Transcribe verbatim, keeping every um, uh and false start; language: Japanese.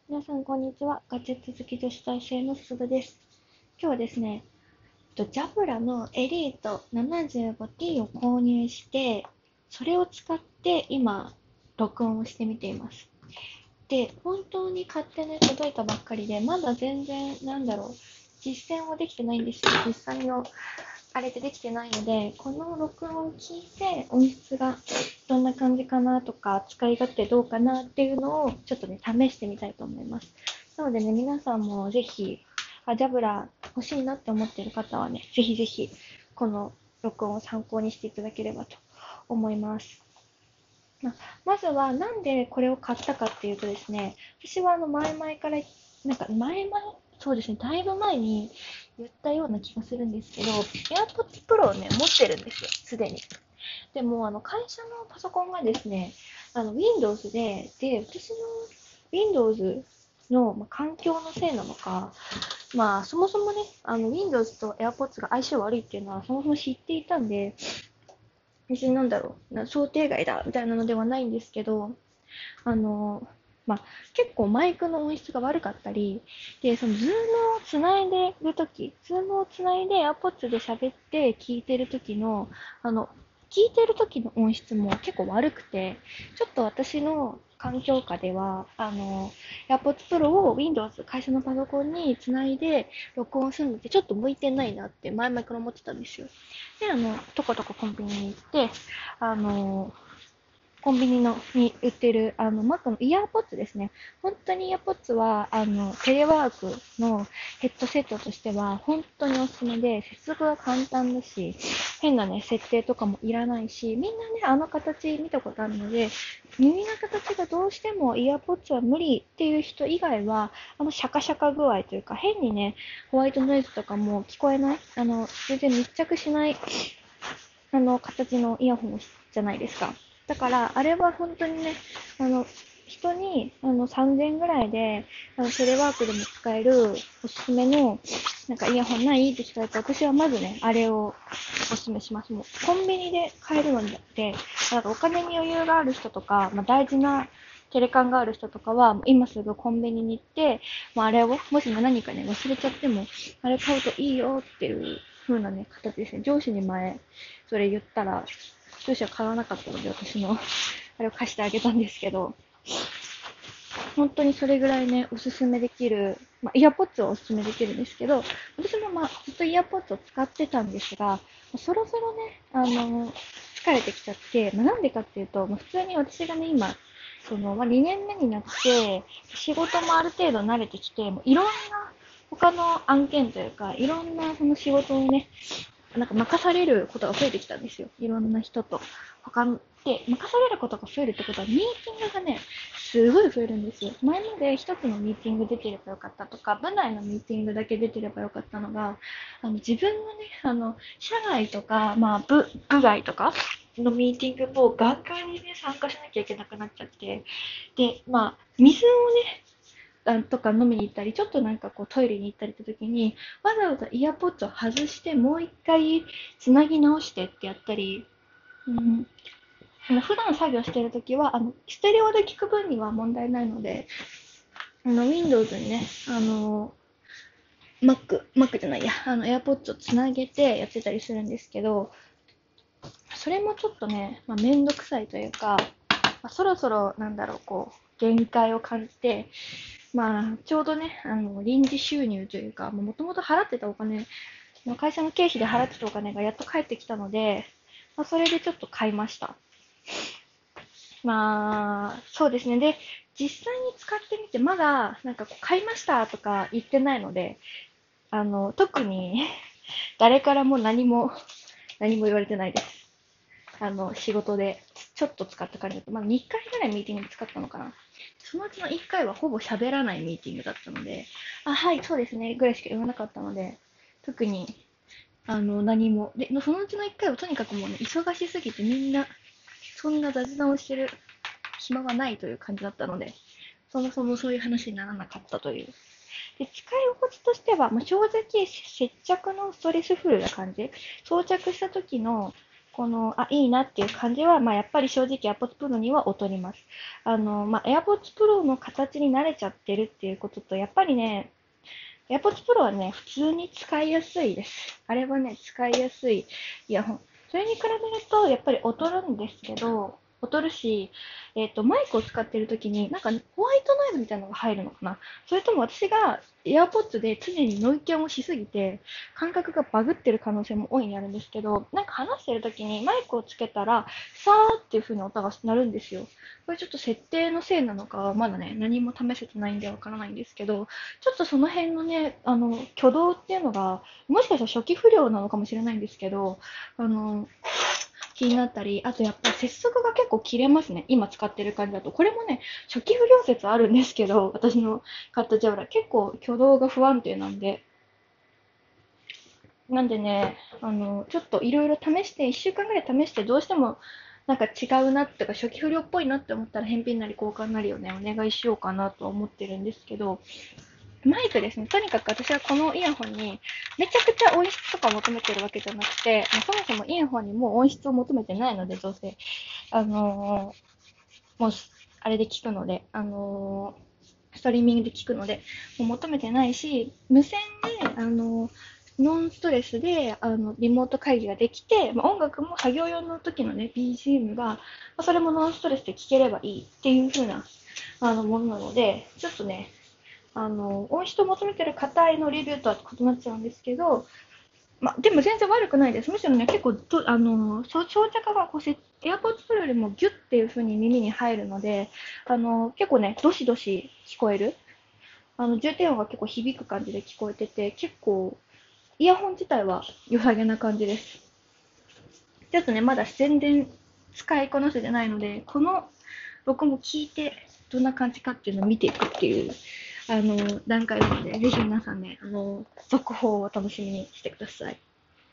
皆さん、こんにちは。ガジェット好き女子大生のすずです。今日はですね、ジャブラのエリート ななじゅうごティー を購入して、それを使って今、録音をしてみています。で、本当に買ってね、届いたばっかりで、まだ全然、なんだろう、実践はできてないんですよ。実際のあれでできてないので、この録音を聞いて音質がどんな感じかなとか、使い勝手どうかなっていうのをちょっとね、試してみたいと思います。なのでね、皆さんもぜひ、あ、ジャブラ欲しいなって思っている方はね、ぜひぜひ、この録音を参考にしていただければと思います。ままずは、なんでこれを買ったかっていうとですね、私はあの前々から、なんか前々、そうですね、だいぶ前に言ったような気がするんですけど、AirPods Pro をね、持ってるんですよ、すでに。でも、あの会社のパソコンがですね、あの Windows で、で、私の Windows の、まあ、環境のせいなのか、まあ、そもそもね、あの Windows と AirPods が相性悪いっていうのはそもそも知っていたんで、別になんだろうな、想定外だみたいなのではないんですけど、あの、まあ、結構マイクの音質が悪かったり、で、そのズームをつないでるとき、ズームをつないで AirPods で喋って聞いてるときの、あの、聞いてるときの音質も結構悪くて、ちょっと私の環境下では、あの、AirPods Pro を Windows 会社のパソコンにつないで録音するのってちょっと向いてないなって前々から思ってたんですよ。で、あの、とことこコンビニに行って、あの、コンビニのに売ってるあの Mac のイヤーポッツですね。本当にイヤーポッツはあのテレワークのヘッドセットとしては本当におすすめで、接続が簡単だし、変なね、設定とかもいらないし、みんなね、あの形見たことあるので、耳の形がどうしてもイヤーポッツは無理っていう人以外は、あのシャカシャカ具合というか、変にね、ホワイトノイズとかも聞こえない、あの、全然密着しないあの、形のイヤホンじゃないですか。だから、あれは本当にね、あの、人に、あの、さんぜんえんぐらいで、あの、テレワークでも使えるおすすめの、なんかイヤホンないって聞かれて、私はまずね、あれをおすすめします。もう、コンビニで買えるので、なんかお金に余裕がある人とか、まあ、大事なテレカンがある人とかは、もう今すぐコンビニに行って、まあ、あれを、もしも何かね、忘れちゃっても、あれ買うといいよっていう風なね、形ですね。上司に前、それ言ったら、上司は買わなかったので、私のあれを貸してあげたんですけど、本当にそれぐらいね、おすすめできる、まあ、イヤーポッツをおすすめできるんですけど、私もまあ、ずっとイヤーポッツを使ってたんですが、そろそろね、あの、疲れてきちゃって、まあ、なんでかっていうと、まあ、普通に私がね、今、その、まあ、にねんめになって、仕事もある程度慣れてきて、もういろんな他の案件というか、いろんなその仕事をね、なんか任されることが増えてきたんですよ。いろんな人と。他で、任されることが増えるってことは、ミーティングがね、すごい増えるんですよ。前まで一つのミーティング出てればよかったとか、部内のミーティングだけ出てればよかったのが、あの自分のね、あの、社外とか、まあ、部、部外とかのミーティングもガンガンにね、参加しなきゃいけなくなっちゃって、で、まあ、水をね、とか飲みに行ったり、ちょっとなんかこうトイレに行ったりって時に、わざわざイヤーポッツを外してもう一回つなぎ直してってやったり、うん、あの普段作業してる時はあのステレオで聞く分には問題ないので、あの Windows にね、あの Mac、Mac じゃないや、あの AirPods をつなげてやってたりするんですけど、それもちょっとね、まあ、めんどくさいというか、まあ、そろそろなんだろう、こう、限界を感じて、まあ、ちょうどね、あの、臨時収入というか、もともと払ってたお金、会社の経費で払ってたお金がやっと返ってきたので、まあ、それでちょっと買いました。まあ、そうですね。で、実際に使ってみて、まだ、なんかこう、買いましたとか言ってないので、あの、特に誰からも何も、何も言われてないです。あの、仕事で、ちょっと使った感じだと、まあ、にかいぐらいミーティングで使ったのかな。そのうちのいっかいはほぼ喋らないミーティングだったので、あ、はい、そうですね、ぐらいしか言わなかったので、特に、あの、何も。で、そのうちのいっかいはとにかくもうね、忙しすぎてみんな、そんな雑談をしてる暇はないという感じだったので、そもそもそういう話にならなかったという。で、使い心地としては、まあ、正直、接着のストレスフルな感じ。装着した時のこの、あ、いいなっていう感じは、まあ、やっぱり正直 AirPods Pro には劣ります。あの、まあ、AirPods Pro の形に慣れちゃってるっていうことと、やっぱりね、AirPods Pro はね、普通に使いやすいです。あれはね、使いやすいイヤホン。それに比べると、やっぱり劣るんですけど、劣るし、えっ、と、マイクを使ってるときに、なんかホワイトノイズみたいなのが入るのかな。それとも私が AirPods で常にノイキャンをしすぎて、感覚がバグってる可能性も大いにあるんですけど、なんか話してるときにマイクをつけたら、さーっていう風に音が鳴るんですよ。これちょっと設定のせいなのかはまだね、何も試せてないんでわからないんですけど、ちょっとその辺のね、あの、挙動っていうのが、もしかしたら初期不良なのかもしれないんですけど、あの、気になったり、あとやっぱ接続が結構切れますね。今使ってる感じだと。これもね、初期不良説あるんですけど、私の買ったジャブラ、結構挙動が不安定なんで、なんでね、あの、ちょっといろいろ試して、いっしゅうかんぐらい試して、どうしてもなんか違うなってか、初期不良っぽいなって思ったら返品なり交換なりをね、お願いしようかなとは思ってるんですけど、マイクですね。とにかく私はこのイヤホンにめちゃくちゃ音質とか求めてるわけじゃなくて、まあ、そもそもイヤホンにもう音質を求めてないので、どうせ。あのーもう、あれで聞くので、あのーストリーミングで聞くので、もう求めてないし、無線で、あのーノンストレスで、あの、リモート会議ができて、まあ、音楽も作業用の時のね、ビージーエム が、まあ、それもノンストレスで聴ければいいっていう風な、あの、ものなので、ちょっとね、あの、音質を求めてる方へのレビューとは異なっちゃうんですけど、まあ、でも全然悪くないです。むしろね、結構と、あの、装着がこう、AirPods Pro よりもギュッっていう風に耳に入るので、あの、結構ね、どしどし聞こえる。あの、重低音が結構響く感じで聞こえてて、結構、イヤホン自体は良さげな感じです。ちょっとね、まだ全然使いこなせてないので、この録音も聞いて、どんな感じかっていうのを見ていくっていう、あの、段階なので、ぜひ皆さんね、あの、続報を楽しみにしてください。